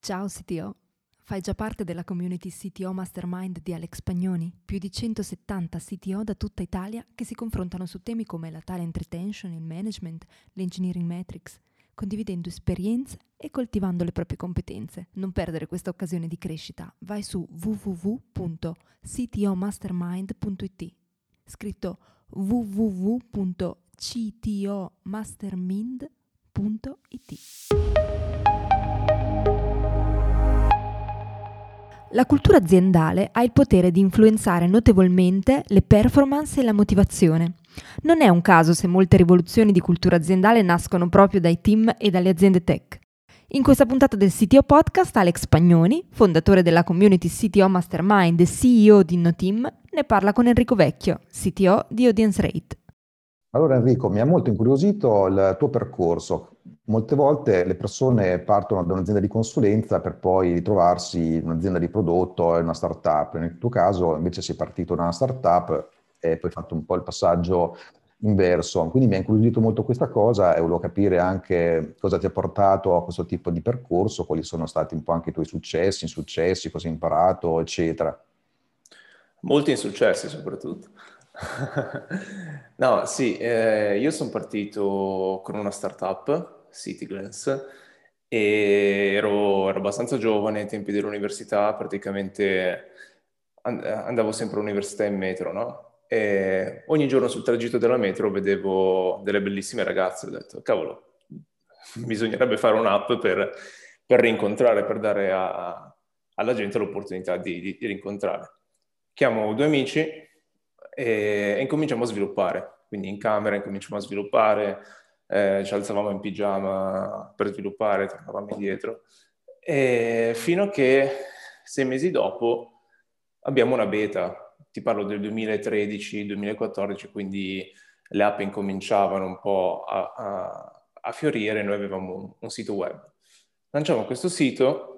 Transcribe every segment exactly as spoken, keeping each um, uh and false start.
Ciao C T O, fai già parte della community C T O Mastermind di Alex Pagnoni? Più di centosettanta C T O da tutta Italia che si confrontano su temi come la talent retention, il management, l'engineering metrics, condividendo esperienze e coltivando le proprie competenze. Non perdere questa occasione di crescita. Vai su w w w punto c t o mastermind punto i t, scritto w w w punto c t o mastermind punto i t. La cultura aziendale ha il potere di influenzare notevolmente le performance e la motivazione. Non è un caso se molte rivoluzioni di cultura aziendale nascono proprio dai team e dalle aziende tech. In questa puntata del C T O Podcast, Alex Pagnoni, fondatore della community C T O Mastermind e C E O di InnoTeam, ne parla con Enrico Vecchio, C T O di Audience Rate. Allora Enrico, mi ha molto incuriosito il tuo percorso. Molte volte le persone partono da un'azienda di consulenza per poi ritrovarsi in un'azienda di prodotto e una startup. Nel tuo caso invece sei partito da una startup e poi hai fatto un po' il passaggio inverso. Quindi mi ha incuriosito molto questa cosa e volevo capire anche cosa ti ha portato a questo tipo di percorso, quali sono stati un po' anche i tuoi successi, insuccessi, cosa hai imparato, eccetera. Molti insuccessi soprattutto. No, sì, eh, io sono partito con una startup, CityGlance, e ero, ero abbastanza giovane ai tempi dell'università, praticamente and- andavo sempre all'università in metro, no? E ogni giorno sul tragitto della metro vedevo delle bellissime ragazze, ho detto, cavolo, bisognerebbe fare un'app per, per rincontrare, per dare a- alla gente l'opportunità di, di, di rincontrare. Chiamo due amici e, e incominciamo a sviluppare. Quindi in camera incominciamo a sviluppare, eh, ci alzavamo in pigiama per sviluppare, tornavamo indietro. E fino a che sei mesi dopo abbiamo una beta. Ti parlo del duemilatredici duemilaquattordici, quindi le app incominciavano un po' a, a, a fiorire, noi avevamo un, un sito web. Lanciamo questo sito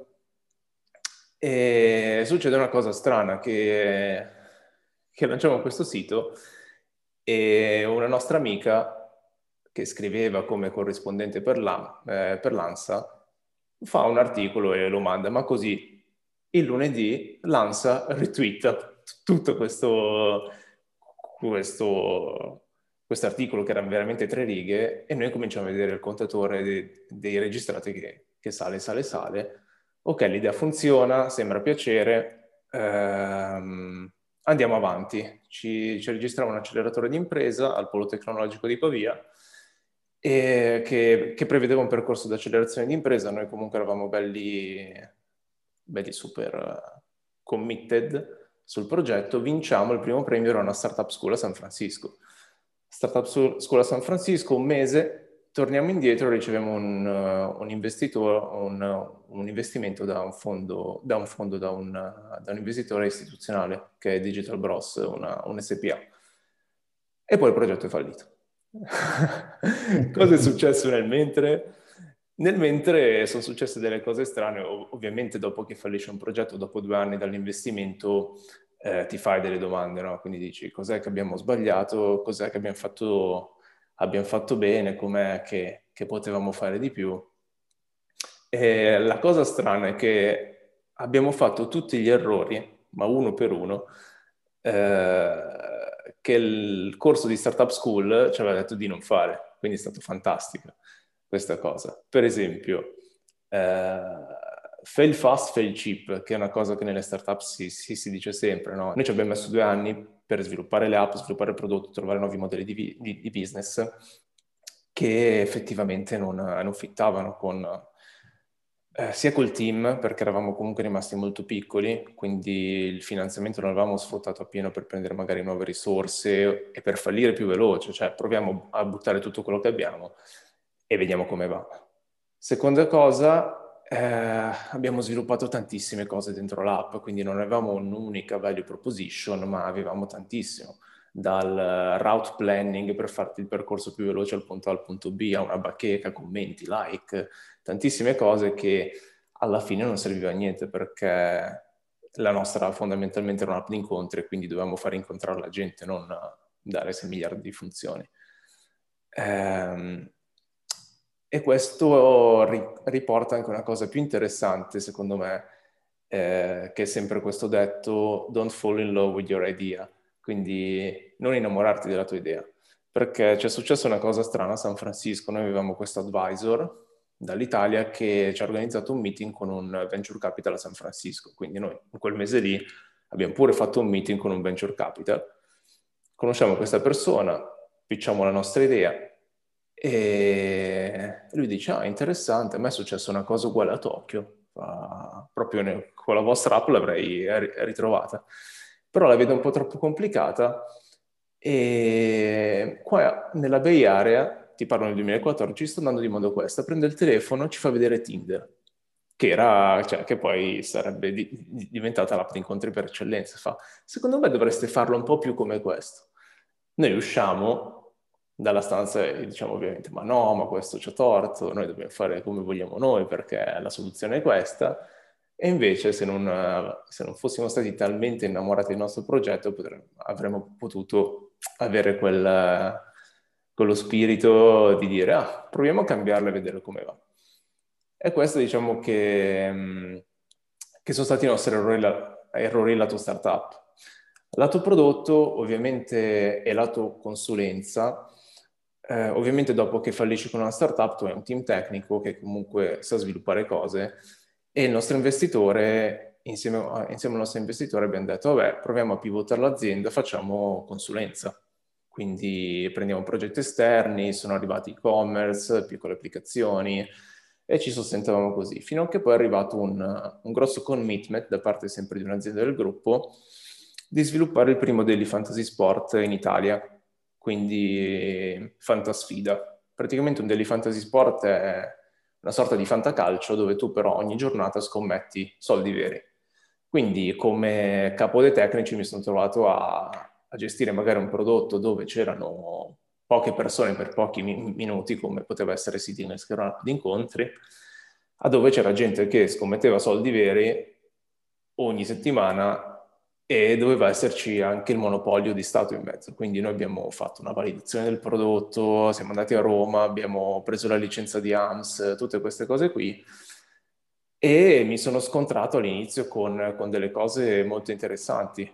e succede una cosa strana, che, che lanciamo questo sito e una nostra amica che scriveva come corrispondente per, l'A- eh, per l'ANSA fa un articolo e lo manda, ma così il lunedì l'ANSA ritwitta t- tutto questo, questo, questo articolo che era veramente tre righe e noi cominciamo a vedere il contatore dei, dei registrati che, che sale, sale, sale. Ok, l'idea funziona, sembra piacere, ehm, andiamo avanti. Ci, ci registriamo un acceleratore di impresa al Polo Tecnologico di Pavia e che, che prevedeva un percorso di accelerazione di impresa. Noi comunque eravamo belli, belli super eh, committed sul progetto. Vinciamo il primo premio, era una startup school a San Francisco. Startup school a San Francisco, un mese, torniamo indietro e riceviamo un, uh, un investitore, un, uh, un investimento da un fondo, da un, fondo da, un, uh, da un investitore istituzionale che è Digital Bros, una, un S P A. E poi il progetto è fallito. Cosa è successo nel mentre? Nel mentre sono successe delle cose strane. Ovviamente dopo che fallisce un progetto, dopo due anni dall'investimento, eh, ti fai delle domande, no? Quindi dici cos'è che abbiamo sbagliato, cos'è che abbiamo fatto, abbiamo fatto bene, com'è che, che potevamo fare di più. E la cosa strana è che abbiamo fatto tutti gli errori, ma uno per uno, eh, che il corso di Startup School ci aveva detto di non fare, quindi è stato fantastico questa cosa. Per esempio, eh, fail fast, fail cheap, che è una cosa che nelle startup si, si, si dice sempre, no? Noi ci abbiamo messo due anni per sviluppare le app, sviluppare il prodotto, trovare nuovi modelli di, di, di business che effettivamente non, non fittavano con... Eh, sia col team, perché eravamo comunque rimasti molto piccoli, quindi il finanziamento non l'avevamo sfruttato appieno per prendere magari nuove risorse e per fallire più veloce, cioè proviamo a buttare tutto quello che abbiamo e vediamo come va. Seconda cosa, eh, abbiamo sviluppato tantissime cose dentro l'app, quindi non avevamo un'unica value proposition, ma avevamo tantissimo, dal route planning per farti il percorso più veloce al punto A al punto B, a una bacheca, commenti, like, tantissime cose che alla fine non serviva a niente perché la nostra fondamentalmente era un'app di incontri e quindi dovevamo fare incontrare la gente, non dare sei miliardi di funzioni. Ehm, E questo ri- riporta anche una cosa più interessante, secondo me, eh, che è sempre questo detto, don't fall in love with your idea, quindi non innamorarti della tua idea, perché c'è successa una cosa strana a San Francisco. Noi avevamo questo advisor dall'Italia che ci ha organizzato un meeting con un venture capital a San Francisco, quindi noi in quel mese lì abbiamo pure fatto un meeting con un venture capital, conosciamo questa persona, pitchiamo la nostra idea e lui dice, ah, interessante, a me è successa una cosa uguale a Tokyo, uh, proprio ne, con la vostra app l'avrei ritrovata, però la vedo un po' troppo complicata e qua nella Bay Area, ti parlo nel duemilaquattordici, sto andando di moda questa, prende il telefono, ci fa vedere Tinder, che era, cioè, che poi sarebbe di, di, diventata l'app di incontri per eccellenza. Fa, secondo me dovreste farlo un po' più come questo. Noi usciamo dalla stanza e diciamo ovviamente, ma no, ma questo c'è torto, noi dobbiamo fare come vogliamo noi perché la soluzione è questa. E invece se non, se non fossimo stati talmente innamorati del nostro progetto potremmo, avremmo potuto avere quel, quello spirito di dire, ah, proviamo a cambiarlo e vedere come va. E questo diciamo che, che sono stati i nostri errori, errori lato startup. Lato prodotto, ovviamente, e lato consulenza, eh, ovviamente dopo che fallisci con una startup tu hai un team tecnico che comunque sa sviluppare cose e il nostro investitore, insieme, insieme al nostro investitore abbiamo detto, vabbè, proviamo a pivotare l'azienda, facciamo consulenza. Quindi prendiamo progetti esterni, sono arrivati e-commerce, piccole applicazioni, e ci sostentavamo così, fino a che poi è arrivato un, un grosso commitment da parte sempre di un'azienda del gruppo di sviluppare il primo daily fantasy sport in Italia, quindi Fantasfida. Praticamente un daily fantasy sport è una sorta di fantacalcio dove tu però ogni giornata scommetti soldi veri. Quindi come capo dei tecnici mi sono trovato a, a gestire magari un prodotto dove c'erano poche persone per pochi mi- minuti, come poteva essere Citynext, che era un'app di incontri, a dove c'era gente che scommetteva soldi veri ogni settimana e doveva esserci anche il monopolio di Stato in mezzo. Quindi noi abbiamo fatto una validazione del prodotto, siamo andati a Roma, abbiamo preso la licenza di A M S, tutte queste cose qui, e mi sono scontrato all'inizio con, con delle cose molto interessanti,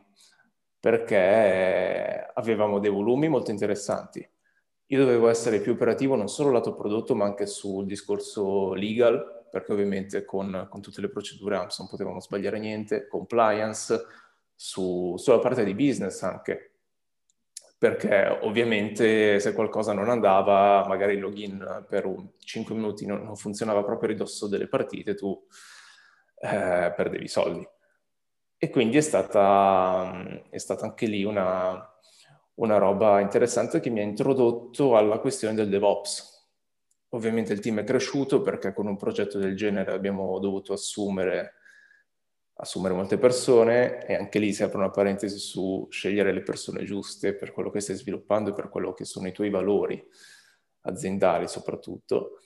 perché avevamo dei volumi molto interessanti. Io dovevo essere più operativo non solo lato prodotto, ma anche sul discorso legal, perché ovviamente con, con tutte le procedure A M S non potevamo sbagliare niente, compliance, su, sulla parte di business anche, perché ovviamente se qualcosa non andava, magari il login per un cinque minuti non, non funzionava proprio a ridosso delle partite, tu eh, perdevi soldi. E quindi è stata, è stata anche lì una, una roba interessante che mi ha introdotto alla questione del DevOps. Ovviamente il team è cresciuto perché con un progetto del genere abbiamo dovuto assumere, assumere molte persone e anche lì si apre una parentesi su scegliere le persone giuste per quello che stai sviluppando e per quello che sono i tuoi valori aziendali soprattutto.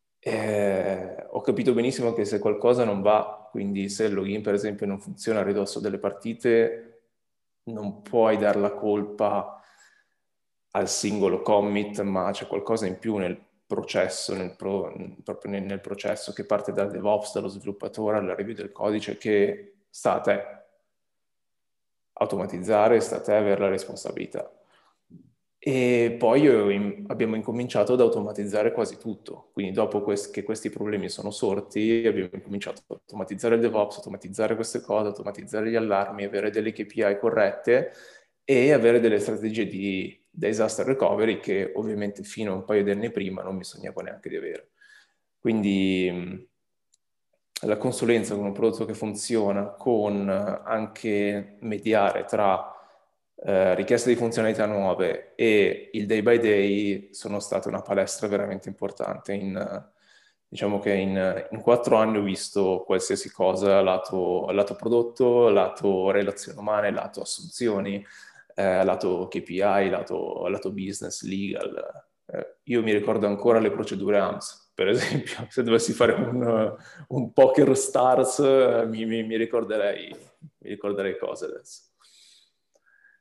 Eh, ho capito benissimo che se qualcosa non va, quindi se il login per esempio non funziona a ridosso delle partite, non puoi dar la colpa al singolo commit, ma c'è qualcosa in più nel processo, nel pro, proprio nel, nel processo che parte dal DevOps, dallo sviluppatore alla review del codice, che sta a te automatizzare, sta a te avere la responsabilità. E poi in, abbiamo incominciato ad automatizzare quasi tutto. Quindi dopo quest- che questi problemi sono sorti, abbiamo incominciato ad automatizzare il DevOps, automatizzare queste cose, automatizzare gli allarmi, avere delle K P I corrette e avere delle strategie di disaster recovery che ovviamente fino a un paio di anni prima non bisognava neanche di avere. Quindi la consulenza con un prodotto che funziona, con anche mediare tra eh, richieste di funzionalità nuove e il day by day sono state una palestra veramente importante. In, diciamo che in, in quattro anni ho visto qualsiasi cosa, lato, lato prodotto, lato relazioni umane, lato assunzioni, eh, lato K P I, lato, lato business, legal. Eh, io mi ricordo ancora le procedure A M S, per esempio, se dovessi fare un, un Poker Stars mi, mi, mi, ricorderei, mi ricorderei cose adesso.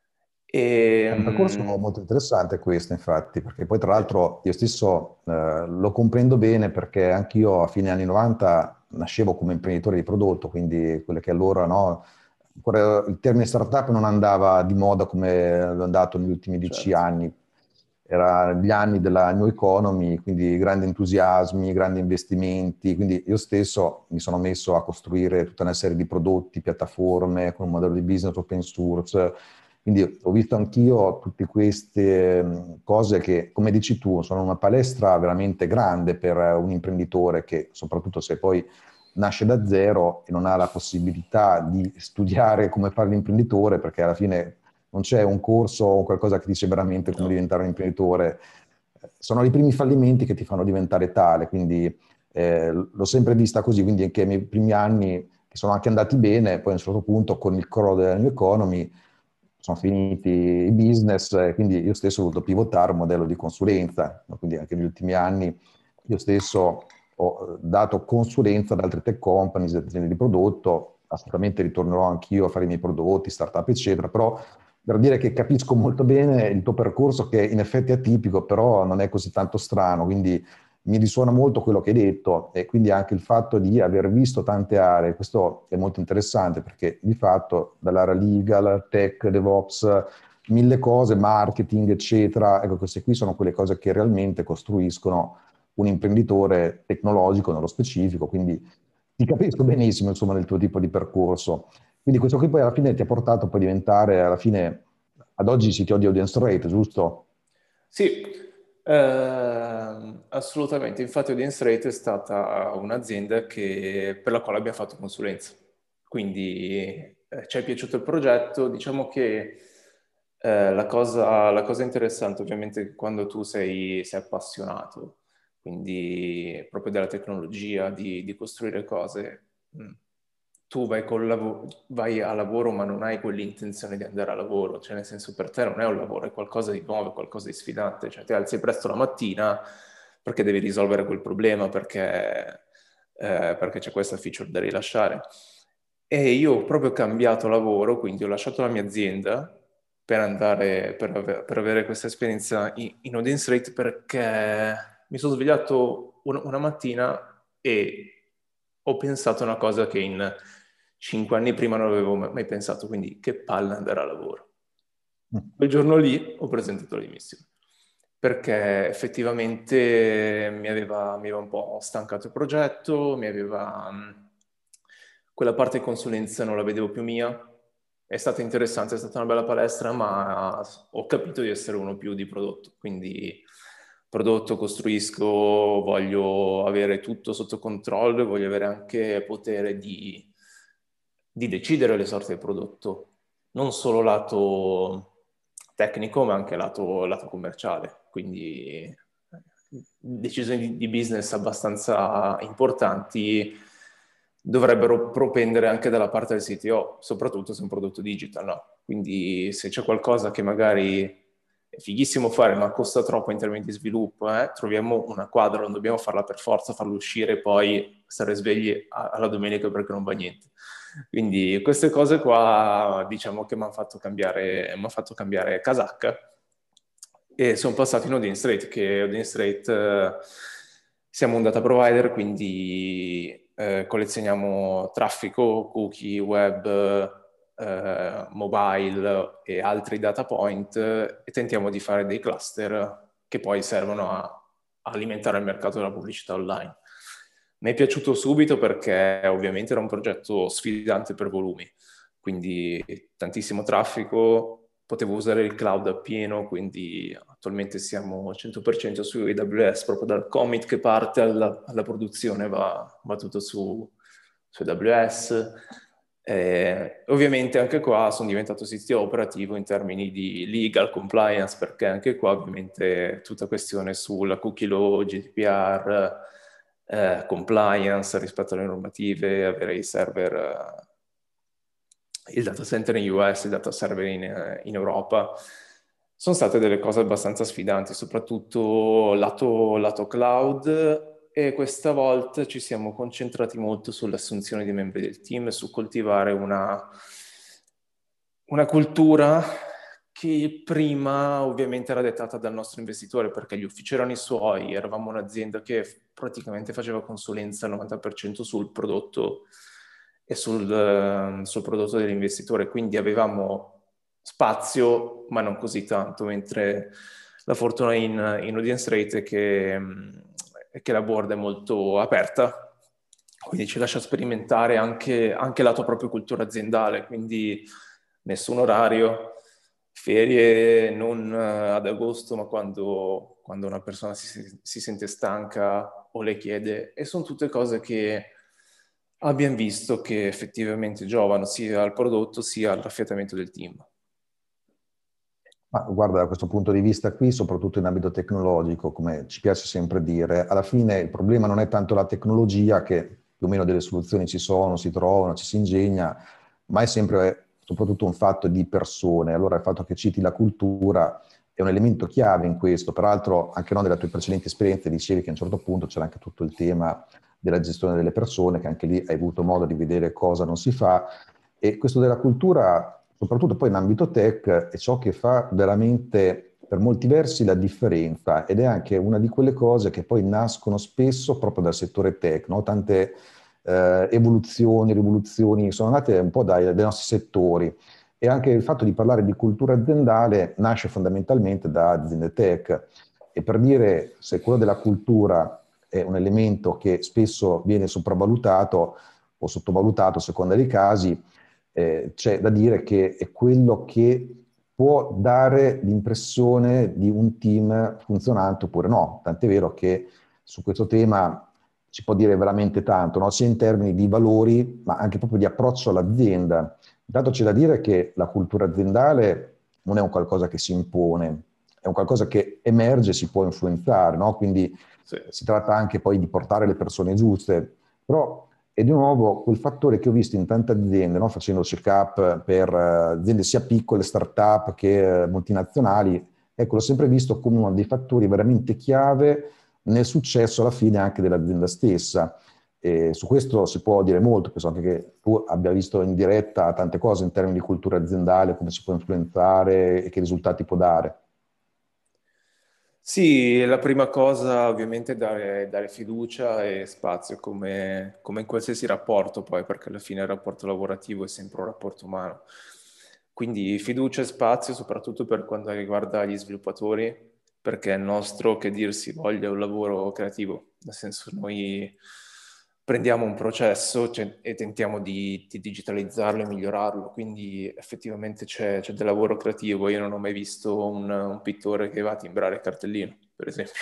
E, È un percorso mm, molto interessante questo, infatti, perché poi tra l'altro io stesso eh, lo comprendo bene perché anch'io a fine anni novanta nascevo come imprenditore di prodotto, quindi quelle che allora, no, ancora il termine startup non andava di moda come è andato negli ultimi dieci certo, anni. Era gli anni della new economy, quindi grandi entusiasmi, grandi investimenti, quindi io stesso mi sono messo a costruire tutta una serie di prodotti, piattaforme con un modello di business open source. Quindi ho visto anch'io tutte queste mh, cose che, come dici tu, sono una palestra veramente grande per un imprenditore che, soprattutto se poi nasce da zero e non ha la possibilità di studiare come fare l'imprenditore, perché alla fine non c'è un corso o qualcosa che dice veramente come no. diventare un imprenditore. Sono i primi fallimenti che ti fanno diventare tale, quindi eh, l'ho sempre vista così, quindi anche i miei primi anni che sono anche andati bene, poi a un certo punto con il crollo della new economy sono finiti i business, e quindi io stesso ho dovuto pivotare un modello di consulenza, no? Quindi anche negli ultimi anni io stesso ho dato consulenza ad altre tech companies, aziende di prodotto, assolutamente ritornerò anch'io a fare i miei prodotti, startup, eccetera, però per dire che capisco molto bene il tuo percorso che in effetti è atipico, però non è così tanto strano, quindi mi risuona molto quello che hai detto e quindi anche il fatto di aver visto tante aree, questo è molto interessante perché di fatto dall'area legal, tech, DevOps, mille cose, marketing, eccetera, ecco queste qui sono quelle cose che realmente costruiscono un imprenditore tecnologico nello specifico, quindi ti capisco benissimo insomma nel tuo tipo di percorso. Quindi questo qui poi alla fine ti ha portato poi a diventare, alla fine, ad oggi si chiama di Audience Rate, giusto? Sì, ehm, assolutamente. Infatti Audience Rate è stata un'azienda che- per la quale abbiamo fatto consulenza. Quindi eh, ci è piaciuto il progetto. Diciamo che eh, la cosa, la cosa interessante ovviamente è quando tu sei, sei appassionato, quindi proprio della tecnologia, di, di costruire cose. mm, Tu vai, col lav- vai a lavoro ma non hai quell'intenzione di andare a lavoro, cioè nel senso per te non è un lavoro, è qualcosa di nuovo, è qualcosa di sfidante, cioè ti alzi presto la mattina perché devi risolvere quel problema, perché, eh, perché c'è questa feature da rilasciare. E io ho proprio cambiato lavoro, quindi ho lasciato la mia azienda per andare, per, ave- per avere questa esperienza in, in Audience Rate perché mi sono svegliato un- una mattina e ho pensato a una cosa che in cinque anni prima non avevo mai pensato, quindi che palle andare a lavoro. Quel giorno lì ho presentato le dimissioni perché effettivamente mi aveva, mi aveva un po' stancato il progetto, mi aveva... mh, quella parte di consulenza non la vedevo più mia. È stata interessante, è stata una bella palestra, ma ho capito di essere uno più di prodotto. Quindi prodotto costruisco, voglio avere tutto sotto controllo e voglio avere anche potere di, di decidere le sorti del prodotto. Non solo lato tecnico, ma anche lato, lato commerciale. Quindi decisioni di business abbastanza importanti dovrebbero propendere anche dalla parte del C T O, soprattutto se è un prodotto digital, no? Quindi se c'è qualcosa che magari è fighissimo fare, ma costa troppo in termini di sviluppo, eh, troviamo una quadra, non dobbiamo farla per forza, farlo uscire e poi stare svegli a- alla domenica perché non va niente. Quindi queste cose qua diciamo che mi hanno fatto cambiare, m'han fatto cambiare casacca e sono passato in Audience Rate, che Audience Rate eh, siamo un data provider, quindi eh, collezioniamo traffico, cookie, web, eh, mobile e altri data point eh, e tentiamo di fare dei cluster che poi servono a, a alimentare il mercato della pubblicità online. Mi è piaciuto subito perché ovviamente era un progetto sfidante per volumi, quindi tantissimo traffico, potevo usare il cloud appieno, quindi attualmente siamo al cento per cento su A W S, proprio dal commit che parte alla, alla produzione va, va tutto su, su A W S. Eh, ovviamente anche qua sono diventato C T O operativo in termini di legal compliance, perché anche qua ovviamente tutta questione sulla cookie law, G D P R, eh, compliance rispetto alle normative, avere i server, eh, il data center in U S, il data server in, eh, in Europa. Sono state delle cose abbastanza sfidanti, soprattutto lato, lato cloud, e questa volta ci siamo concentrati molto sull'assunzione di membri del team e su coltivare una, una cultura che prima ovviamente era dettata dal nostro investitore, perché gli uffici erano i suoi, eravamo un'azienda che praticamente faceva consulenza al novanta per cento sul prodotto e sul, eh, sul prodotto dell'investitore, quindi avevamo spazio, ma non così tanto, mentre la fortuna in, in Audience Rate è che, è che la board è molto aperta, quindi ci lascia sperimentare anche, anche lato proprio cultura aziendale, quindi nessun orario, ferie non ad agosto, ma quando, quando una persona si, si sente stanca o le chiede, e sono tutte cose che abbiamo visto che effettivamente giovano sia al prodotto sia all'affiatamento del team. Ma guarda, da questo punto di vista qui, soprattutto in ambito tecnologico, come ci piace sempre dire, alla fine il problema non è tanto la tecnologia, che più o meno delle soluzioni ci sono, si trovano, ci si ingegna, ma è sempre soprattutto un fatto di persone. Allora il fatto che citi la cultura è un elemento chiave in questo. Peraltro anche no, nelle tue precedenti esperienze dicevi che a un certo punto c'era anche tutto il tema della gestione delle persone, che anche lì hai avuto modo di vedere cosa non si fa. E questo della cultura, soprattutto poi in ambito tech, è ciò che fa veramente per molti versi la differenza, ed è anche una di quelle cose che poi nascono spesso proprio dal settore tech, no? Tante eh, evoluzioni, rivoluzioni sono nate un po' dai, dai nostri settori, e anche il fatto di parlare di cultura aziendale nasce fondamentalmente da aziende tech. E per dire, se quello della cultura è un elemento che spesso viene sopravvalutato o sottovalutato a seconda dei casi, eh, c'è da dire che è quello che può dare l'impressione di un team funzionante oppure no. Tant'è vero che su questo tema si può dire veramente tanto, no? Sia in termini di valori, ma anche proprio di approccio all'azienda. Intanto c'è da dire che la cultura aziendale non è un qualcosa che si impone, è un qualcosa che emerge e si può influenzare, no? Quindi Sì. si tratta anche poi di portare le persone giuste, però è di nuovo quel fattore che ho visto in tante aziende, no? Facendo check-up per uh, aziende sia piccole, start-up che uh, multinazionali, ecco, l'ho sempre visto come uno dei fattori veramente chiave nel successo alla fine anche dell'azienda stessa. E su questo si può dire molto, penso anche che tu abbia visto in diretta tante cose in termini di cultura aziendale, come si può influenzare e che risultati può dare. Sì, la prima cosa ovviamente è dare, dare fiducia e spazio, come, come in qualsiasi rapporto poi, perché alla fine il rapporto lavorativo è sempre un rapporto umano. Quindi fiducia e spazio, soprattutto per quanto riguarda gli sviluppatori, perché il nostro, che dir si voglia, è un lavoro creativo, nel senso noi prendiamo un processo cioè, e tentiamo di, di digitalizzarlo e migliorarlo, quindi effettivamente c'è, c'è del lavoro creativo. Io non ho mai visto un, un pittore che va a timbrare il cartellino, per esempio,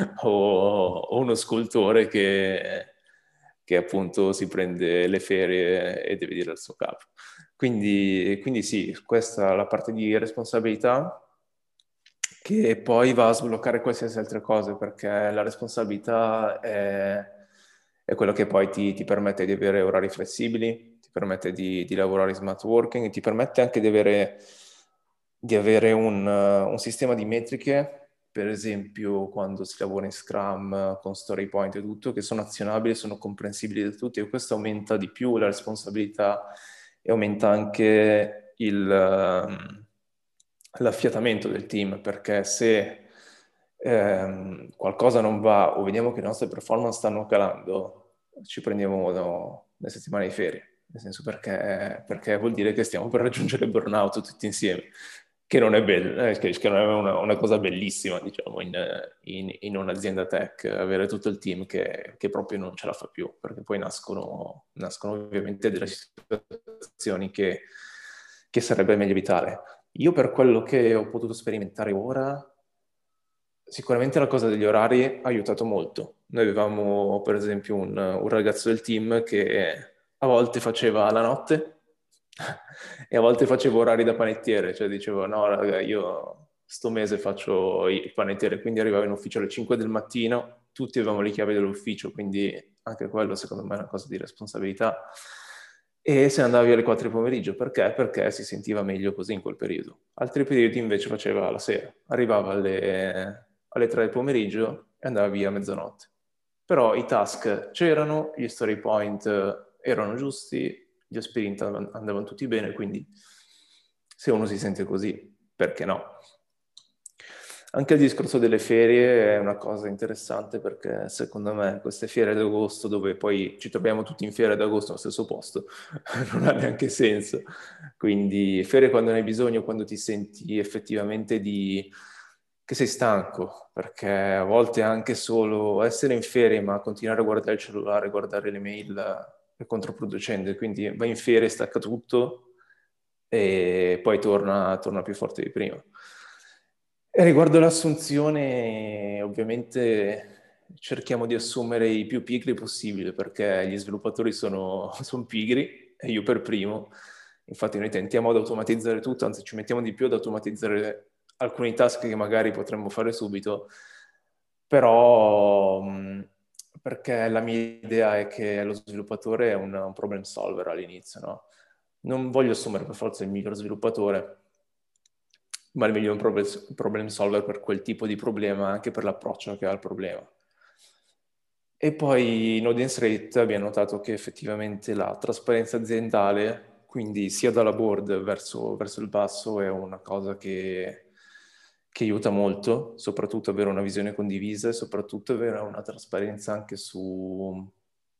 o, o uno scultore che, che appunto si prende le ferie e deve dire al suo capo. Quindi, quindi sì, questa è la parte di responsabilità che poi va a sbloccare qualsiasi altra cosa, perché la responsabilità è, è quello che poi ti, ti permette di avere orari flessibili, ti permette di, di lavorare in smart working, ti permette anche di avere, di avere un, uh, un sistema di metriche, per esempio quando si lavora in Scrum con story point e tutto, che sono azionabili, sono comprensibili da tutti, e questo aumenta di più la responsabilità e aumenta anche il... Um, l'affiatamento del team, perché se ehm, qualcosa non va o vediamo che le nostre performance stanno calando, ci prendiamo no, le settimane di ferie, nel senso perché, perché vuol dire che stiamo per raggiungere il burnout tutti insieme, che non è, bello, eh, che, che non è una, una cosa bellissima, diciamo, in, in, in un'azienda tech, avere tutto il team che, che proprio non ce la fa più, perché poi nascono, nascono ovviamente delle situazioni che, che sarebbe meglio evitare. Io per quello che ho potuto sperimentare ora, sicuramente la cosa degli orari ha aiutato molto. Noi avevamo per esempio un, un ragazzo del team che a volte faceva la notte e a volte faceva orari da panettiere, cioè dicevo no raga, io sto mese faccio il panettiere, quindi arrivavo in ufficio alle cinque del mattino, tutti avevamo le chiavi dell'ufficio, quindi anche quello secondo me è una cosa di responsabilità. E se ne andava via alle quattro di pomeriggio, perché? Perché si sentiva meglio così in quel periodo. Altri periodi invece faceva la sera, arrivava alle, alle tre del pomeriggio e andava via a mezzanotte. Però i task c'erano, gli story point erano giusti, gli sprint andavano tutti bene, quindi se uno si sente così perché no? Anche il discorso delle ferie è una cosa interessante, perché secondo me queste fiere d'agosto, dove poi ci troviamo tutti in fiera d'agosto allo stesso posto, non ha neanche senso. Quindi ferie quando ne hai bisogno, quando ti senti effettivamente di... che sei stanco, perché a volte anche solo essere in ferie ma continuare a guardare il cellulare, guardare le mail è controproducente, quindi vai in ferie, stacca tutto e poi torna, torna più forte di prima. E riguardo l'assunzione, ovviamente cerchiamo di assumere i più pigri possibile, perché gli sviluppatori sono, sono pigri, e io per primo. Infatti noi tentiamo ad automatizzare tutto, anzi ci mettiamo di più ad automatizzare alcuni task che magari potremmo fare subito, però mh, perché la mia idea è che lo sviluppatore è un, un problem solver all'inizio, no? Non voglio assumere per forza il miglior sviluppatore, ma il miglior problem solver per quel tipo di problema, anche per l'approccio che ha al problema. E poi in audience rate abbiamo notato che effettivamente la trasparenza aziendale, quindi sia dalla board verso, verso il basso, è una cosa che, che aiuta molto, soprattutto avere una visione condivisa e soprattutto avere una trasparenza anche su,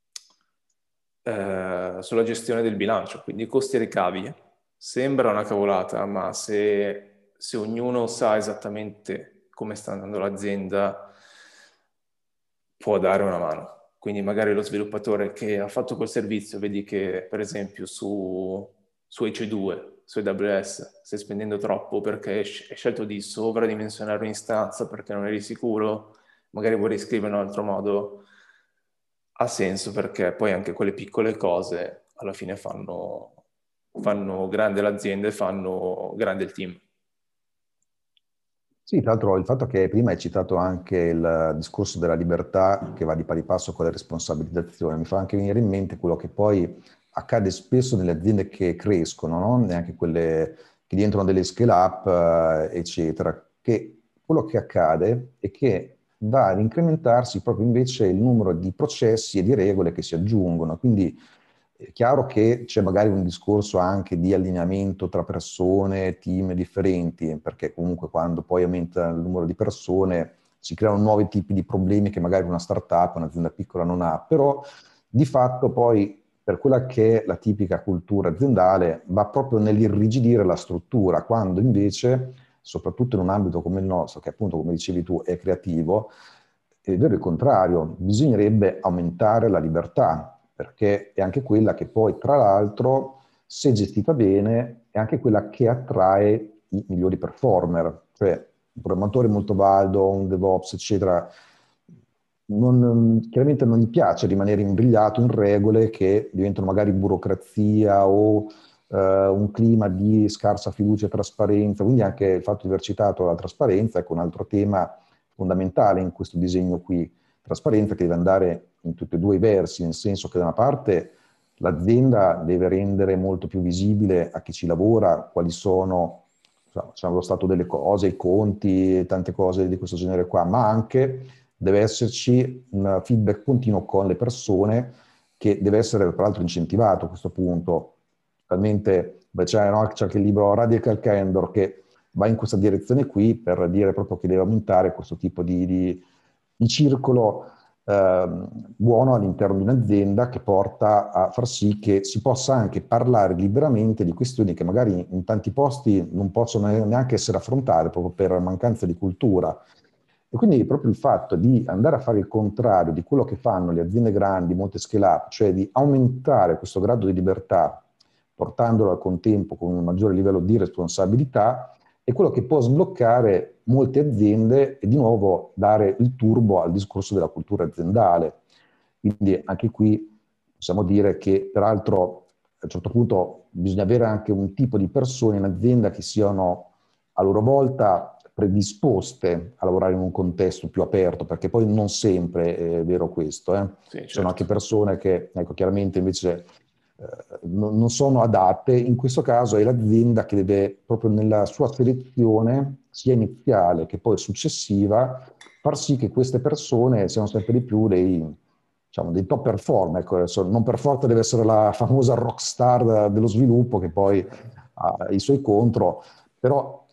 eh, sulla gestione del bilancio, quindi costi e ricavi. Sembra una cavolata, ma se, se ognuno sa esattamente come sta andando l'azienda, può dare una mano. Quindi magari lo sviluppatore che ha fatto quel servizio, vedi che per esempio su, su E C due, su A W S, stai spendendo troppo perché hai scelto di sovradimensionare un'istanza perché non eri sicuro, magari vuoi riscrivere in un altro modo, ha senso, perché poi anche quelle piccole cose alla fine fanno, fanno grande l'azienda e fanno grande il team. Sì, tra l'altro il fatto che prima hai citato anche il discorso della libertà che va di pari passo con la responsabilizzazione, mi fa anche venire in mente quello che poi accade spesso nelle aziende che crescono, no? Neanche quelle che diventano delle scale up, eh, eccetera, che quello che accade è che va ad incrementarsi proprio invece il numero di processi e di regole che si aggiungono, quindi è chiaro che c'è magari un discorso anche di allineamento tra persone, team differenti, perché comunque quando poi aumenta il numero di persone si creano nuovi tipi di problemi che magari una startup, un'azienda piccola non ha, però di fatto poi per quella che è la tipica cultura aziendale va proprio nell'irrigidire la struttura, quando invece, soprattutto in un ambito come il nostro, che appunto come dicevi tu è creativo, è vero il contrario, bisognerebbe aumentare la libertà, perché è anche quella che poi, tra l'altro, se gestita bene, è anche quella che attrae i migliori performer. Cioè, un programmatore molto valido, un DevOps, eccetera, non, chiaramente non gli piace rimanere imbrigliato in regole che diventano magari burocrazia o eh, un clima di scarsa fiducia e trasparenza. Quindi anche il fatto di aver citato la trasparenza, ecco un altro tema fondamentale in questo disegno qui. Trasparenza che deve andare in tutti e due i versi, nel senso che da una parte l'azienda deve rendere molto più visibile a chi ci lavora quali sono diciamo, lo stato delle cose, i conti, tante cose di questo genere qua, ma anche deve esserci un feedback continuo con le persone che deve essere tra l'altro incentivato a questo punto. Talmente c'è, no, c'è anche il libro Radical Candor che va in questa direzione qui per dire proprio che deve aumentare questo tipo di, di, di circolo eh, buono all'interno di un'azienda che porta a far sì che si possa anche parlare liberamente di questioni che magari in tanti posti non possono neanche essere affrontate proprio per mancanza di cultura. E quindi proprio il fatto di andare a fare il contrario di quello che fanno le aziende grandi, molte scale up, cioè di aumentare questo grado di libertà, portandolo al contempo con un maggiore livello di responsabilità, è quello che può sbloccare molte aziende e di nuovo dare il turbo al discorso della cultura aziendale. Quindi anche qui possiamo dire che peraltro a un certo punto bisogna avere anche un tipo di persone in azienda che siano a loro volta predisposte a lavorare in un contesto più aperto, perché poi non sempre è vero questo. Eh. Sì, certo. Sono anche persone che, ecco, chiaramente invece eh, non, non sono adatte. In questo caso è l'azienda che deve, proprio nella sua selezione, sia iniziale che poi successiva, far sì che queste persone siano sempre di più dei, diciamo, dei top performer. Ecco, adesso, non per forza deve essere la famosa rockstar dello sviluppo che poi ha i suoi contro, però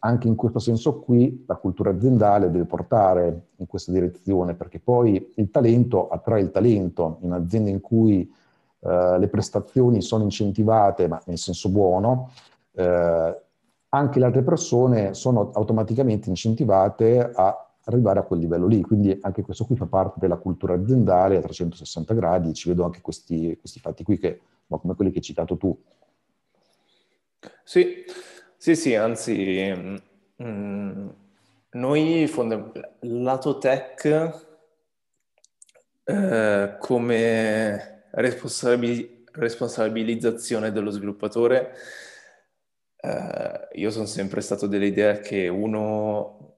anche in questo senso qui la cultura aziendale deve portare in questa direzione, perché poi il talento attrae il talento. In aziende in cui eh, le prestazioni sono incentivate, ma nel senso buono, eh, anche le altre persone sono automaticamente incentivate a arrivare a quel livello lì. Quindi anche questo qui fa parte della cultura aziendale a trecentosessanta gradi, ci vedo anche questi, questi fatti qui, che, come quelli che hai citato tu. Sì, sì, sì, anzi, mh, noi fonda- lato tech eh, come responsabi- responsabilizzazione dello sviluppatore, eh, io sono sempre stato dell'idea che uno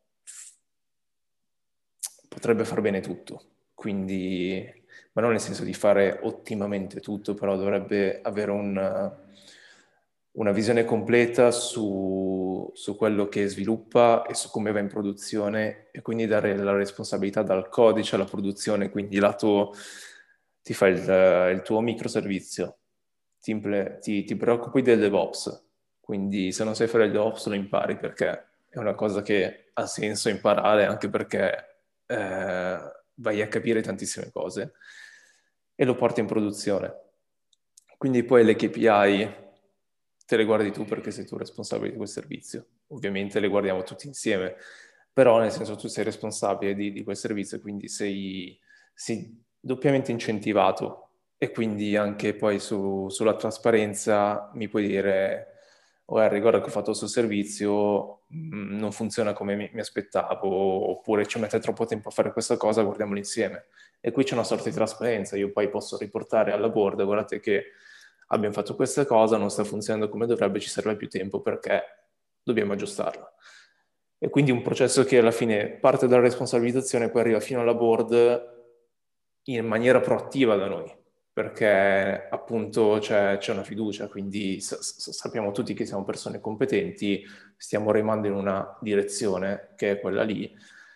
potrebbe far bene tutto, quindi, ma non nel senso di fare ottimamente tutto, però dovrebbe avere un, una visione completa su, su quello che sviluppa e su come va in produzione, e quindi dare la responsabilità dal codice alla produzione. Quindi lato ti fai il, il tuo microservizio, ti, imple- ti, ti preoccupi del DevOps, quindi se non sai fare il DevOps lo impari, perché è una cosa che ha senso imparare, anche perché eh, vai a capire tantissime cose, e lo porti in produzione. Quindi poi le K P I te le guardi tu perché sei tu responsabile di quel servizio. Ovviamente le guardiamo tutti insieme, però nel senso tu sei responsabile di, di quel servizio, quindi sei, sei doppiamente incentivato. E quindi anche poi su, sulla trasparenza mi puoi dire: oh, Harry, guarda che ho fatto questo servizio, mh, non funziona come mi, mi aspettavo, oppure ci mette troppo tempo a fare questa cosa, guardiamolo insieme. E qui c'è una sorta di trasparenza, io poi posso riportare alla board: guardate che abbiamo fatto questa cosa, non sta funzionando come dovrebbe, ci serve più tempo perché dobbiamo aggiustarla. E quindi un processo che alla fine parte dalla responsabilizzazione e poi arriva fino alla board in maniera proattiva da noi, perché appunto c'è, c'è una fiducia, quindi sa- sa- sappiamo tutti che siamo persone competenti, stiamo remando in una direzione che è quella lì,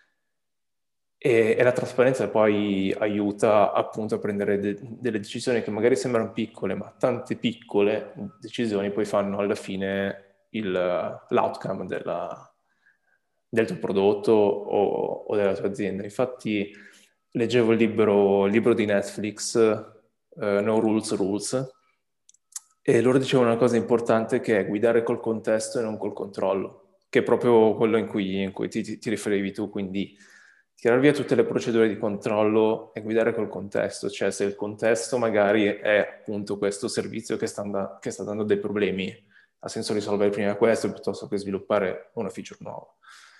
e, e la trasparenza poi aiuta appunto a prendere de- delle decisioni che magari sembrano piccole, ma tante piccole decisioni poi fanno alla fine il, l'outcome della, del tuo prodotto o, o della tua azienda. Infatti leggevo il libro, il libro di Netflix, uh, No Rules Rules, e loro dicevano una cosa importante, che è guidare col contesto e non col controllo, che è proprio quello in cui, in cui ti, ti, ti riferivi tu, quindi tirare via tutte le procedure di controllo e guidare col contesto. Cioè, se il contesto magari è appunto questo servizio che sta, and- che sta dando dei problemi, ha senso risolvere prima questo piuttosto che sviluppare una feature nuova.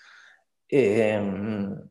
E, um,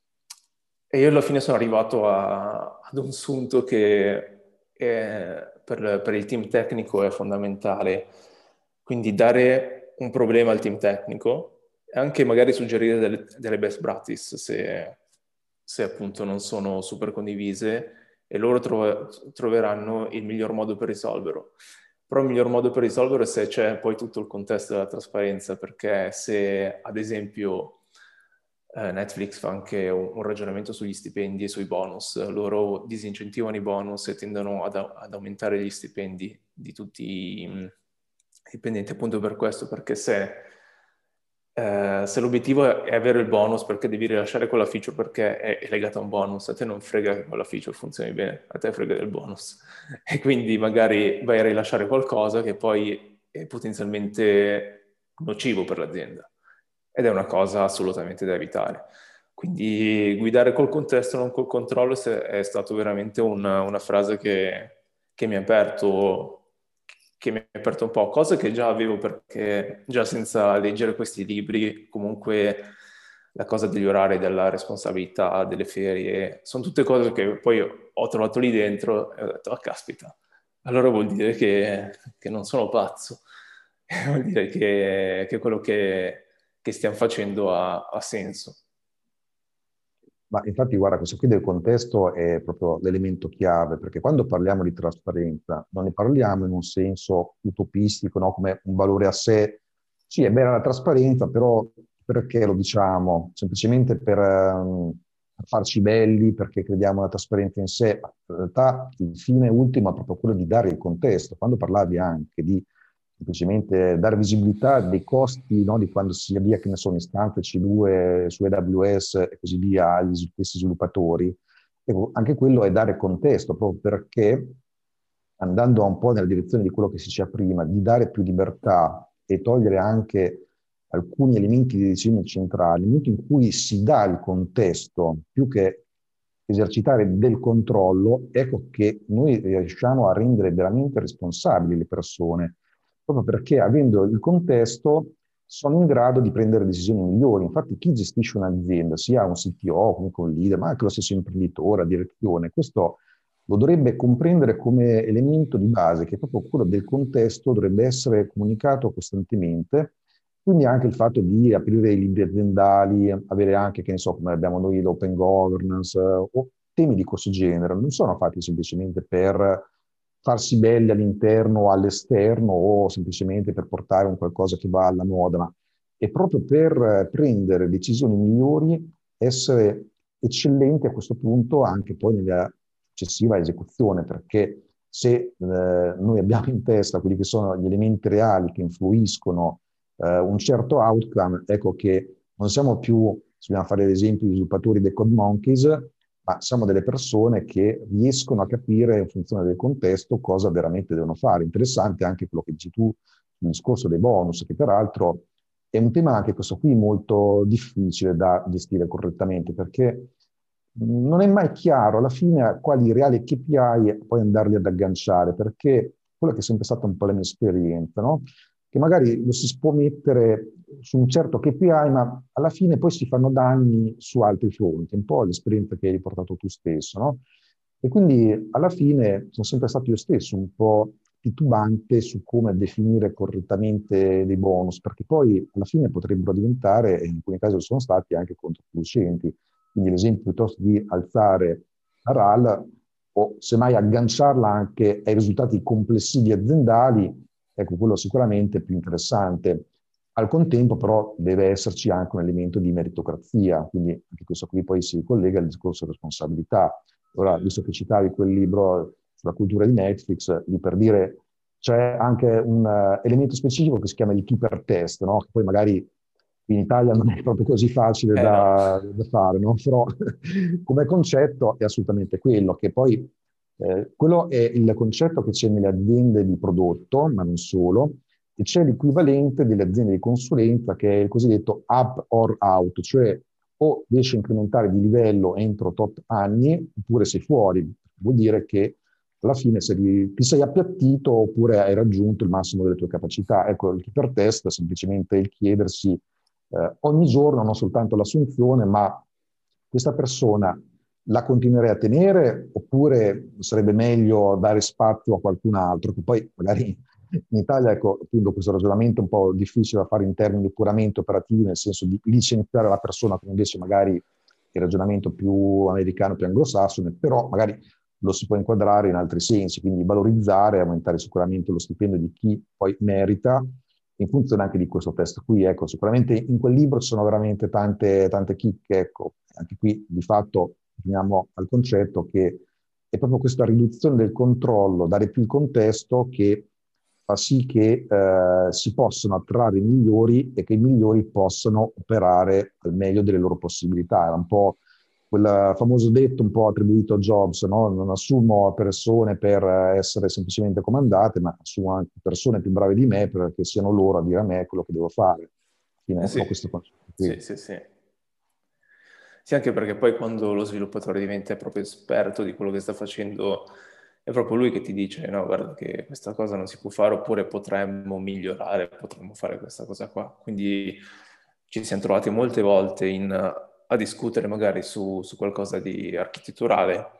e io alla fine sono arrivato a, ad un sunto che è, per, per il team tecnico è fondamentale. Quindi dare un problema al team tecnico e anche magari suggerire delle, delle best practice se, se appunto non sono super condivise, e loro tro- troveranno il miglior modo per risolverlo. Però il miglior modo per risolverlo è se c'è poi tutto il contesto della trasparenza, perché se ad esempio eh, Netflix fa anche un, un ragionamento sugli stipendi e sui bonus, loro disincentivano i bonus e tendono ad, ad aumentare gli stipendi di tutti i dipendenti, appunto per questo, perché se, eh, se l'obiettivo è avere il bonus perché devi rilasciare quella feature perché è, è legata a un bonus, a te non frega che quella feature funzioni bene, a te frega del bonus, e quindi magari vai a rilasciare qualcosa che poi è potenzialmente nocivo per l'azienda, ed è una cosa assolutamente da evitare. Quindi guidare col contesto, non col controllo, è stato veramente una, una frase che, che mi ha aperto che mi ha aperto un po', cose che già avevo, perché già senza leggere questi libri, comunque la cosa degli orari, della responsabilità, delle ferie, sono tutte cose che poi ho trovato lì dentro e ho detto: ah, caspita, allora vuol dire che, che non sono pazzo, vuol dire che, che quello che, che stiamo facendo ha, ha senso. Ma infatti, guarda, questo qui del contesto è proprio l'elemento chiave, perché quando parliamo di trasparenza non ne parliamo in un senso utopistico, no? Come un valore a sé. Sì, è bella la trasparenza, però perché lo diciamo? Semplicemente per, ehm, per farci belli, perché crediamo nella trasparenza in sé. In realtà il fine ultimo è proprio quello di dare il contesto. Quando parlavi anche di semplicemente dare visibilità dei costi, no, di quando si avvia, che ne so, un'istanza C due su A W S e così via agli stessi sviluppatori. Ecco, anche quello è dare contesto, proprio perché, andando un po' nella direzione di quello che si diceva prima, di dare più libertà e togliere anche alcuni elementi di decisione centrali, nel momento in cui si dà il contesto più che esercitare del controllo, ecco che noi riusciamo a rendere veramente responsabili le persone, proprio perché avendo il contesto sono in grado di prendere decisioni migliori. Infatti chi gestisce un'azienda, sia un C T O, comunque un leader, ma anche lo stesso imprenditore, la direzione, questo lo dovrebbe comprendere come elemento di base, che è proprio quello del contesto, dovrebbe essere comunicato costantemente. Quindi anche il fatto di aprire i libri aziendali, avere anche, che ne so, come abbiamo noi, l'open governance, eh, o temi di questo genere, non sono fatti semplicemente per farsi belli all'interno o all'esterno o semplicemente per portare un qualcosa che va alla moda, ma è proprio per prendere decisioni migliori, essere eccellenti a questo punto anche poi nella successiva esecuzione, perché se eh, noi abbiamo in testa quelli che sono gli elementi reali che influiscono eh, un certo outcome, ecco che non siamo più, se vogliamo fare l'esempio, di sviluppatori dei code monkeys, ma siamo delle persone che riescono a capire in funzione del contesto cosa veramente devono fare. Interessante anche quello che dici tu sul discorso dei bonus, che peraltro è un tema anche questo qui molto difficile da gestire correttamente, perché non è mai chiaro alla fine a quali reali K P I poi andarli ad agganciare, perché quella che è sempre stata un po' la mia esperienza, no? Che magari lo si può mettere su un certo K P I, ma alla fine poi si fanno danni su altri fronti, un po' l'esperienza che hai riportato tu stesso, no? E quindi alla fine sono sempre stato io stesso un po' titubante su come definire correttamente dei bonus, perché poi alla fine potrebbero diventare, e in alcuni casi lo sono stati, anche controproducenti. Quindi l'esempio piuttosto di alzare la R A L o semmai agganciarla anche ai risultati complessivi aziendali, ecco, quello sicuramente è più interessante. Al contempo però deve esserci anche un elemento di meritocrazia, quindi anche questo qui poi si collega al discorso di responsabilità. Ora, visto che citavi quel libro sulla cultura di Netflix, lì per dire c'è anche un uh, elemento specifico che si chiama il keeper test, no? Che poi magari in Italia non è proprio così facile Eh no. da, da fare, no? Però come concetto è assolutamente quello, che poi eh, quello è il concetto che c'è nelle aziende di prodotto, ma non solo, e c'è l'equivalente delle aziende di consulenza che è il cosiddetto up or out, cioè o riesci a incrementare di livello entro tot anni, oppure sei fuori. Vuol dire che alla fine sei, ti sei appiattito oppure hai raggiunto il massimo delle tue capacità. Ecco, il keeper test è semplicemente il chiedersi eh, ogni giorno, non soltanto l'assunzione, ma questa persona la continuerei a tenere oppure sarebbe meglio dare spazio a qualcun altro, che poi magari in Italia, ecco, appunto questo ragionamento è un po' difficile da fare in termini puramente operativi, nel senso di licenziare la persona, come invece magari il ragionamento più americano, più anglosassone, però magari lo si può inquadrare in altri sensi, quindi valorizzare e aumentare sicuramente lo stipendio di chi poi merita, in funzione anche di questo test qui. Ecco, sicuramente in quel libro ci sono veramente tante, tante chicche, ecco, anche qui di fatto finiamo al concetto che è proprio questa riduzione del controllo, dare più il contesto che fa sì che eh, si possano attrarre i migliori e che i migliori possano operare al meglio delle loro possibilità. Era un po' quel famoso detto un po' attribuito a Jobs, no? Non assumo persone per essere semplicemente comandate, ma assumo anche persone più brave di me perché siano loro a dire a me quello che devo fare. Quindi Eh è sì, proprio questo concetto sì, qui. sì, sì. Sì, anche perché poi quando lo sviluppatore diventa proprio esperto di quello che sta facendo, è proprio lui che ti dice, no, guarda che questa cosa non si può fare, oppure potremmo migliorare, potremmo fare questa cosa qua. Quindi ci siamo trovati molte volte in, a discutere magari su, su qualcosa di architetturale,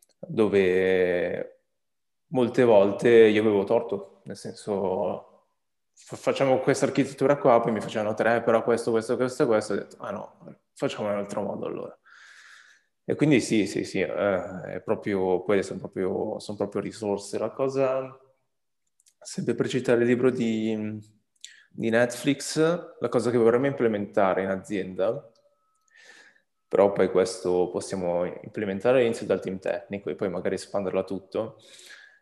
dove molte volte io avevo torto, nel senso facciamo questa architettura qua, poi mi facevano tre, però questo, questo, questo e questo, ho detto, ah no, facciamo in un altro modo allora. E quindi sì, sì, sì, eh, è proprio, poi sono proprio, sono proprio risorse. La cosa, sempre per citare il libro di, di Netflix, la cosa che vorremmo implementare in azienda, però poi questo possiamo implementare all'inizio dal team tecnico e poi magari espanderla tutto,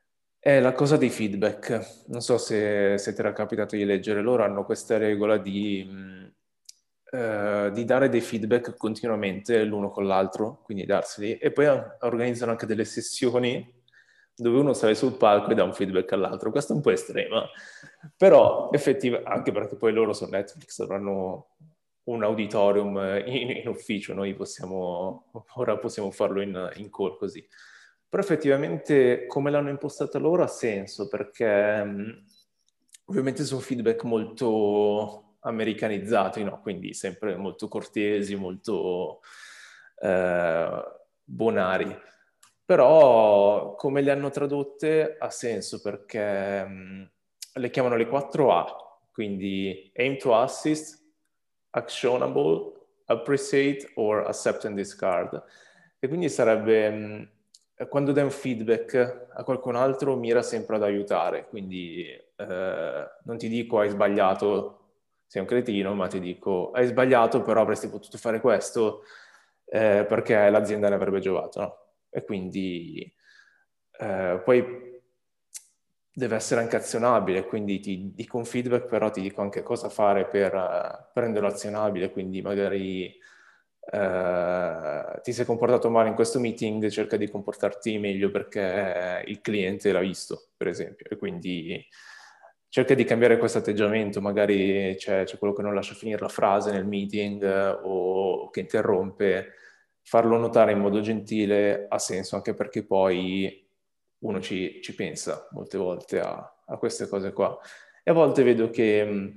È la cosa dei feedback. Non so se, se ti era capitato di leggere, loro hanno questa regola di, mh, eh, di dare dei feedback continuamente l'uno con l'altro, quindi darseli, e poi a- organizzano anche delle sessioni dove uno sale sul palco e dà un feedback all'altro. Questo è un po' estrema, però effettivamente, anche perché poi loro su Netflix avranno un auditorium in, in ufficio, noi possiamo, ora possiamo farlo in, in call così. Però effettivamente come l'hanno impostata loro ha senso, perché mh, ovviamente sono feedback molto americanizzati, no? Quindi sempre molto cortesi, molto eh, bonari. Però come le hanno tradotte ha senso, perché mh, le chiamano le quattro A, quindi aim to assist, actionable, appreciate or accept and discard. E quindi sarebbe, mh, quando dai un feedback a qualcun altro, mira sempre ad aiutare. Quindi eh, non ti dico hai sbagliato, sei un cretino, ma ti dico hai sbagliato, però avresti potuto fare questo eh, perché l'azienda ne avrebbe giovato, no? E quindi eh, poi deve essere anche azionabile, quindi ti dico un feedback, però ti dico anche cosa fare per, uh, per renderlo azionabile, quindi magari uh, ti sei comportato male in questo meeting, cerca di comportarti meglio perché il cliente l'ha visto, per esempio, e quindi cerca di cambiare questo atteggiamento, magari c'è, c'è quello che non lascia finire la frase nel meeting uh, o che interrompe, farlo notare in modo gentile ha senso, anche perché poi uno ci, ci pensa molte volte a, a queste cose qua. E a volte vedo che mh,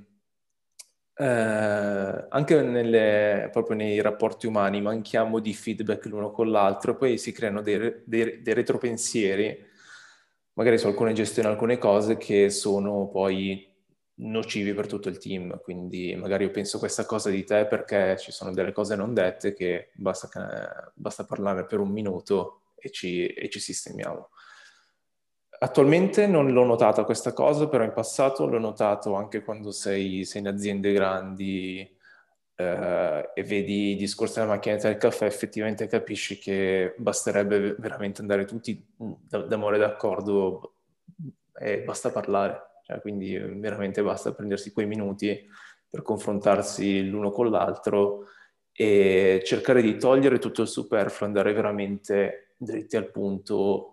eh, anche nelle, proprio nei rapporti umani manchiamo di feedback l'uno con l'altro, e poi si creano dei, dei, dei retropensieri, magari su alcune gestioni, alcune cose che sono poi nocivi per tutto il team. Quindi magari io penso questa cosa di te perché ci sono delle cose non dette che basta, che, basta parlare per un minuto e ci, e ci sistemiamo. Attualmente non l'ho notata questa cosa, però in passato l'ho notato anche quando sei, sei in aziende grandi eh, e vedi i discorsi della macchinetta del caffè, effettivamente capisci che basterebbe veramente andare tutti d'amore d'accordo e basta parlare. Cioè, quindi veramente basta prendersi quei minuti per confrontarsi l'uno con l'altro e cercare di togliere tutto il superfluo, andare veramente dritti al punto.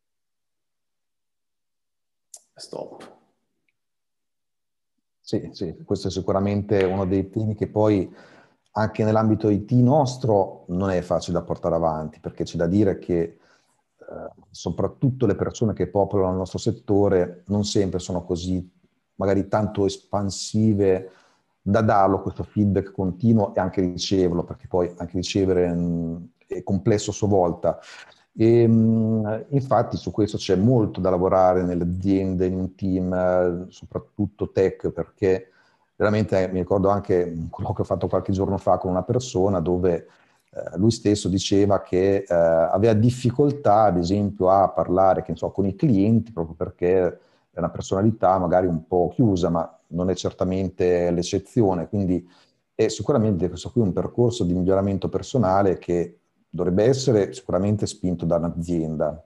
Stop. Sì, sì, questo è sicuramente uno dei temi che poi anche nell'ambito I T nostro non è facile da portare avanti, perché c'è da dire che eh, soprattutto le persone che popolano il nostro settore non sempre sono così magari tanto espansive da darlo questo feedback continuo e anche riceverlo, perché poi anche ricevere mh, è complesso a sua volta. E, mh, infatti su questo c'è molto da lavorare nelle aziende, in un team, eh, soprattutto tech, perché veramente eh, mi ricordo anche quello che ho fatto qualche giorno fa con una persona dove eh, lui stesso diceva che eh, aveva difficoltà, ad esempio, a parlare, che ne so, con i clienti, proprio perché è una personalità magari un po' chiusa, ma non è certamente l'eccezione. Quindi è sicuramente questo qui un percorso di miglioramento personale che dovrebbe essere sicuramente spinto da un'azienda.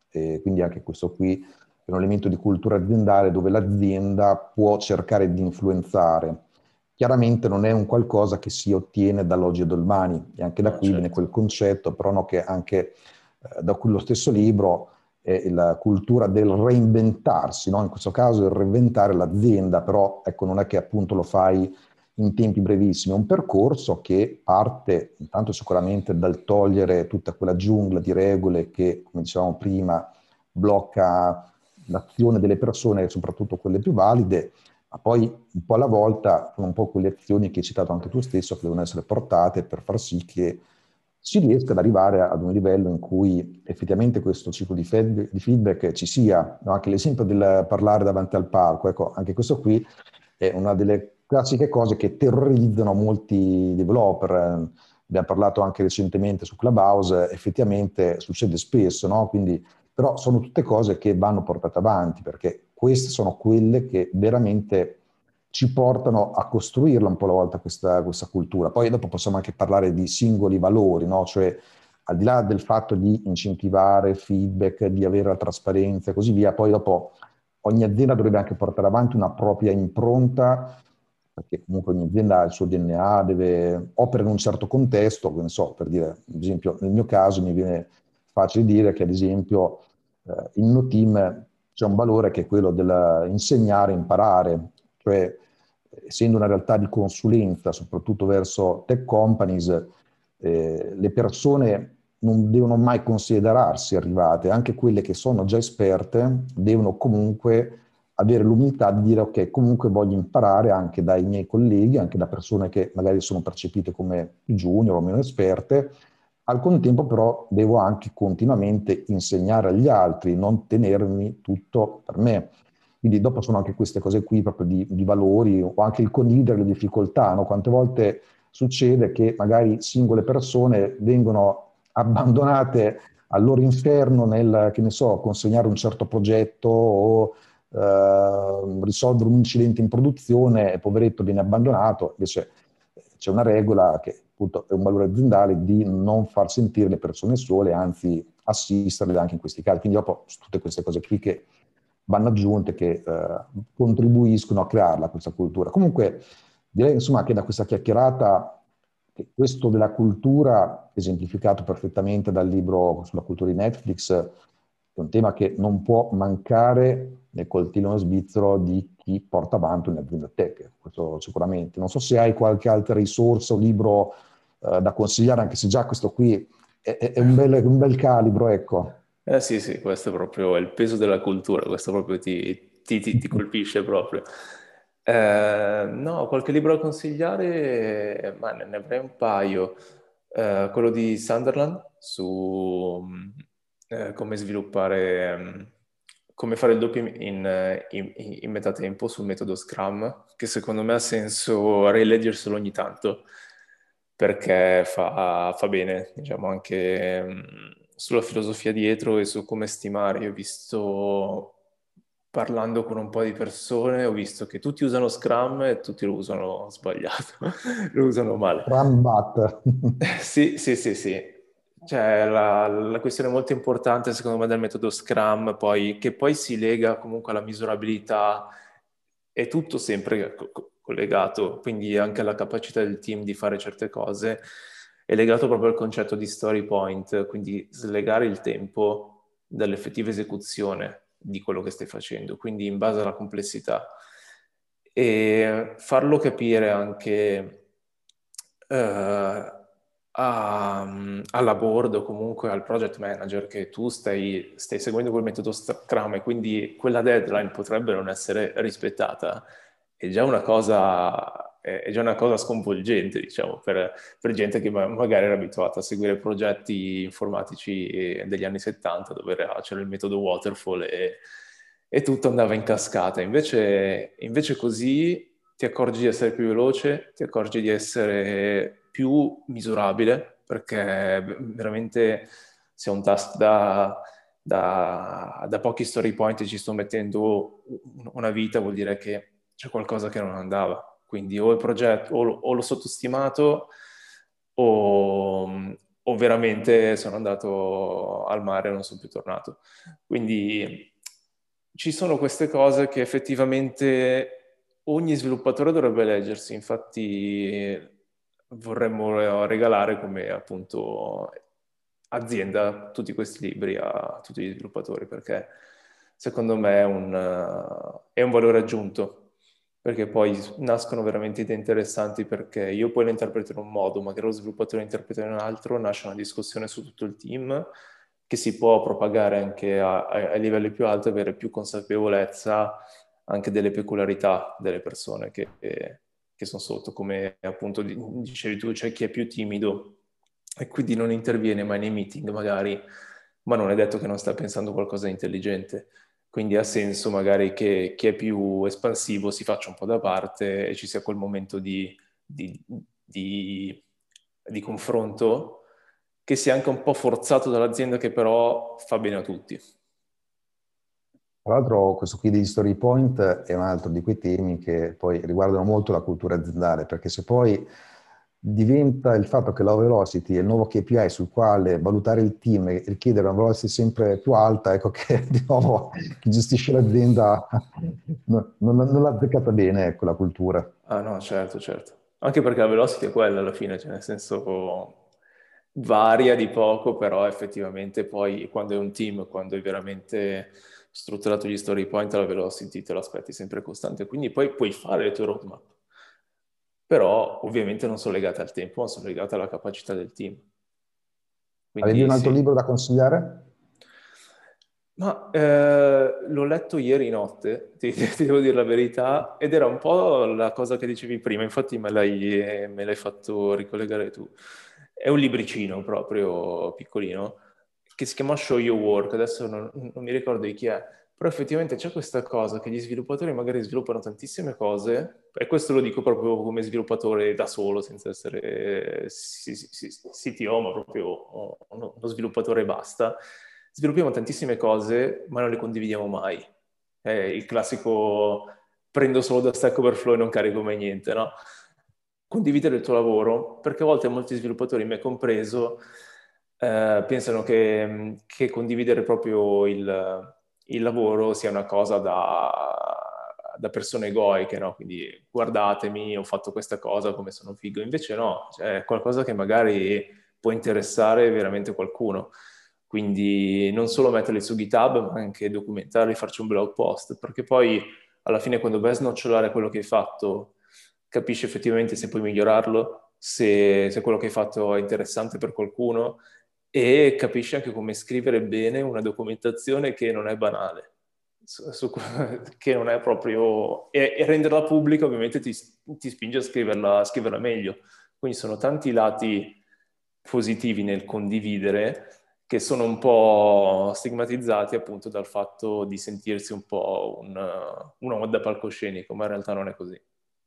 E quindi anche questo qui è un elemento di cultura aziendale dove l'azienda può cercare di influenzare. Chiaramente non è un qualcosa che si ottiene dall'oggi al domani, e anche da No, qui viene certo. quel concetto, però no, che anche eh, da quello stesso libro è la cultura del reinventarsi, no? In questo caso il reinventare l'azienda, però ecco, non è che appunto lo fai in tempi brevissimi, è un percorso che parte intanto sicuramente dal togliere tutta quella giungla di regole che, come dicevamo prima, blocca l'azione delle persone, soprattutto quelle più valide, ma poi un po' alla volta sono un po' quelle azioni che hai citato anche tu stesso che devono essere portate per far sì che si riesca ad arrivare ad un livello in cui effettivamente questo ciclo di feedback, di feedback ci sia, no? Anche l'esempio del parlare davanti al palco, ecco, anche questo qui è una delle classiche cose che terrorizzano molti developer. Abbiamo parlato anche recentemente su Clubhouse, effettivamente succede spesso, no? Quindi, però sono tutte cose che vanno portate avanti, perché queste sono quelle che veramente ci portano a costruirla un po' alla volta questa, questa cultura. Poi dopo possiamo anche parlare di singoli valori, no? Cioè al di là del fatto di incentivare feedback, di avere la trasparenza e così via, poi dopo ogni azienda dovrebbe anche portare avanti una propria impronta, perché comunque ogni azienda ha il suo D N A, deve opera in un certo contesto, che ne so, per dire, ad esempio, nel mio caso mi viene facile dire che, ad esempio, eh, in No Team c'è un valore che è quello dell'insegnare e imparare, cioè essendo una realtà di consulenza, soprattutto verso tech companies, eh, le persone non devono mai considerarsi arrivate, anche quelle che sono già esperte devono comunque avere l'umiltà di dire ok, comunque voglio imparare anche dai miei colleghi, anche da persone che magari sono percepite come più junior o meno esperte. Al contempo però devo anche continuamente insegnare agli altri, non tenermi tutto per me. Quindi dopo sono anche queste cose qui proprio di, di valori o anche il condividere le difficoltà, no? Quante volte succede che magari singole persone vengono abbandonate al loro inferno nel, che ne so, consegnare un certo progetto o eh, risolvere un incidente in produzione e poveretto viene abbandonato. Invece c'è una regola che appunto è un valore aziendale di non far sentire le persone sole, anzi assisterle anche in questi casi. Quindi dopo tutte queste cose qui che vanno aggiunte, che eh, contribuiscono a crearla questa cultura. Comunque direi insomma che da questa chiacchierata, che questo della cultura, esemplificato perfettamente dal libro sulla cultura di Netflix, è un tema che non può mancare nel coltellino svizzero di chi porta avanti un'azienda tech, questo sicuramente. Non so se hai qualche altra risorsa o libro eh, da consigliare, anche se già questo qui è, è un, bel, un bel calibro, ecco. Eh sì, sì, questo è proprio il peso della cultura, questo proprio ti, ti, ti, ti colpisce proprio. Eh, no, qualche libro da consigliare, ma ne ne avrei un paio. Eh, quello di Sunderland su eh, come sviluppare, mm, come fare il doppio in, in, in metà tempo sul metodo Scrum, che secondo me ha senso rileggerselo ogni tanto, perché fa, fa bene, diciamo, anche mh, sulla filosofia dietro e su come stimare. Io ho visto, parlando con un po' di persone, ho visto che tutti usano Scrum e tutti lo usano sbagliato, lo usano male. Rambat. Sì, sì, sì, sì. Cioè, la, la questione molto importante, secondo me, del metodo Scrum, poi, che poi si lega comunque alla misurabilità, è tutto sempre co- co- collegato, quindi anche alla capacità del team di fare certe cose, è legato proprio al concetto di story point, quindi slegare il tempo dall'effettiva esecuzione di quello che stai facendo, quindi in base alla complessità. E farlo capire anche eh, a- alla board o comunque al project manager che tu stai, stai seguendo quel metodo Scrum e quindi quella deadline potrebbe non essere rispettata, è già una cosa, è già una cosa sconvolgente, diciamo, per, per gente che ma- magari era abituata a seguire progetti informatici degli anni settanta dove era- c'era il metodo waterfall e, e tutto andava in cascata. Invece, invece così ti accorgi di essere più veloce, ti accorgi di essere più misurabile, perché veramente se è un task da, da, da pochi story point e ci sto mettendo una vita, vuol dire che c'è qualcosa che non andava. Quindi o il progetto o, o l'ho sottostimato o, o veramente sono andato al mare e non sono più tornato. Quindi ci sono queste cose che effettivamente ogni sviluppatore dovrebbe leggersi, infatti vorremmo regalare come appunto azienda tutti questi libri a tutti gli sviluppatori perché secondo me è un, è un valore aggiunto, perché poi nascono veramente idee interessanti perché io poi le interpreto in un modo, magari lo sviluppatore le interpreta in un altro, nasce una discussione su tutto il team che si può propagare anche a, a, ai livelli più alti, avere più consapevolezza anche delle peculiarità delle persone che, che sono sotto, come appunto dicevi tu, c'è chi è più timido e quindi non interviene mai nei meeting magari, ma non è detto che non sta pensando qualcosa di intelligente. Quindi ha senso magari che chi è più espansivo si faccia un po' da parte e ci sia quel momento di, di, di, di confronto che sia anche un po' forzato dall'azienda che però fa bene a tutti. Tra l'altro questo qui degli story point è un altro di quei temi che poi riguardano molto la cultura aziendale, perché se poi diventa il fatto che la velocity è il nuovo K P I sul quale valutare il team e richiedere una velocity sempre più alta, ecco che di nuovo chi gestisce l'azienda non, non, non l'ha azzeccata bene, ecco, la cultura. Ah no, certo, certo. Anche perché la velocity è quella alla fine, cioè nel senso varia di poco, però effettivamente poi quando è un team, quando è veramente strutturato gli story point, la velocity te lo aspetti sempre costante, quindi poi puoi fare le tue roadmap, però ovviamente non sono legate al tempo, ma sono legate alla capacità del team. Avevi Quindi un altro sì. libro da consigliare? Ma eh, l'ho letto ieri notte, ti, ti devo dire la verità, ed era un po' la cosa che dicevi prima, infatti me l'hai, me l'hai fatto ricollegare tu. È un libricino proprio piccolino, che si chiama Show Your Work, adesso non, non mi ricordo di chi è, però effettivamente c'è questa cosa che gli sviluppatori magari sviluppano tantissime cose, e questo lo dico proprio come sviluppatore da solo, senza essere C T O, ma proprio uno, uno sviluppatore e basta. Sviluppiamo tantissime cose, ma non le condividiamo mai. È il classico prendo solo da Stack Overflow e non carico mai niente, no? Condividere il tuo lavoro, perché a volte molti sviluppatori, me compreso, eh, pensano che, che condividere proprio il, il lavoro sia una cosa da, da persone egoiche, no? Quindi guardatemi, ho fatto questa cosa, come sono figo. Invece no, cioè, è qualcosa che magari può interessare veramente qualcuno. Quindi non solo metterli su GitHub, ma anche documentarli, farci un blog post, perché poi alla fine quando vai a snocciolare quello che hai fatto, capisci effettivamente se puoi migliorarlo, se, se quello che hai fatto è interessante per qualcuno e capisci anche come scrivere bene una documentazione che non è banale, su, su, che non è proprio... E, e renderla pubblica ovviamente ti, ti spinge a scriverla, a scriverla meglio. Quindi sono tanti lati positivi nel condividere che sono un po' stigmatizzati appunto dal fatto di sentirsi un po' un, un uomo da palcoscenico, ma in realtà non è così.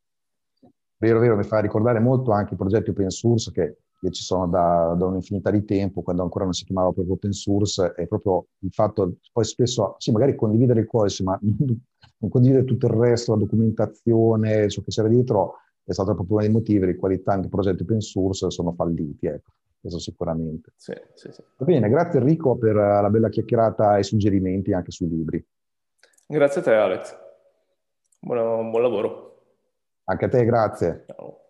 Vero, vero, mi fa ricordare molto anche i progetti open source che, che ci sono da, da un'infinità di tempo, quando ancora non si chiamava proprio open source, è proprio il fatto, poi spesso, sì, magari condividere il codice, ma non, non condividere tutto il resto, la documentazione, ciò che c'era dietro, è stato proprio uno dei motivi per i quali tanti progetti open source sono falliti, ecco, questo sicuramente. Sì, sì, sì. Va bene, grazie Enrico per la bella chiacchierata e suggerimenti anche sui libri. Grazie a te, Alex. Buon, buon lavoro. Anche a te, grazie. Ciao.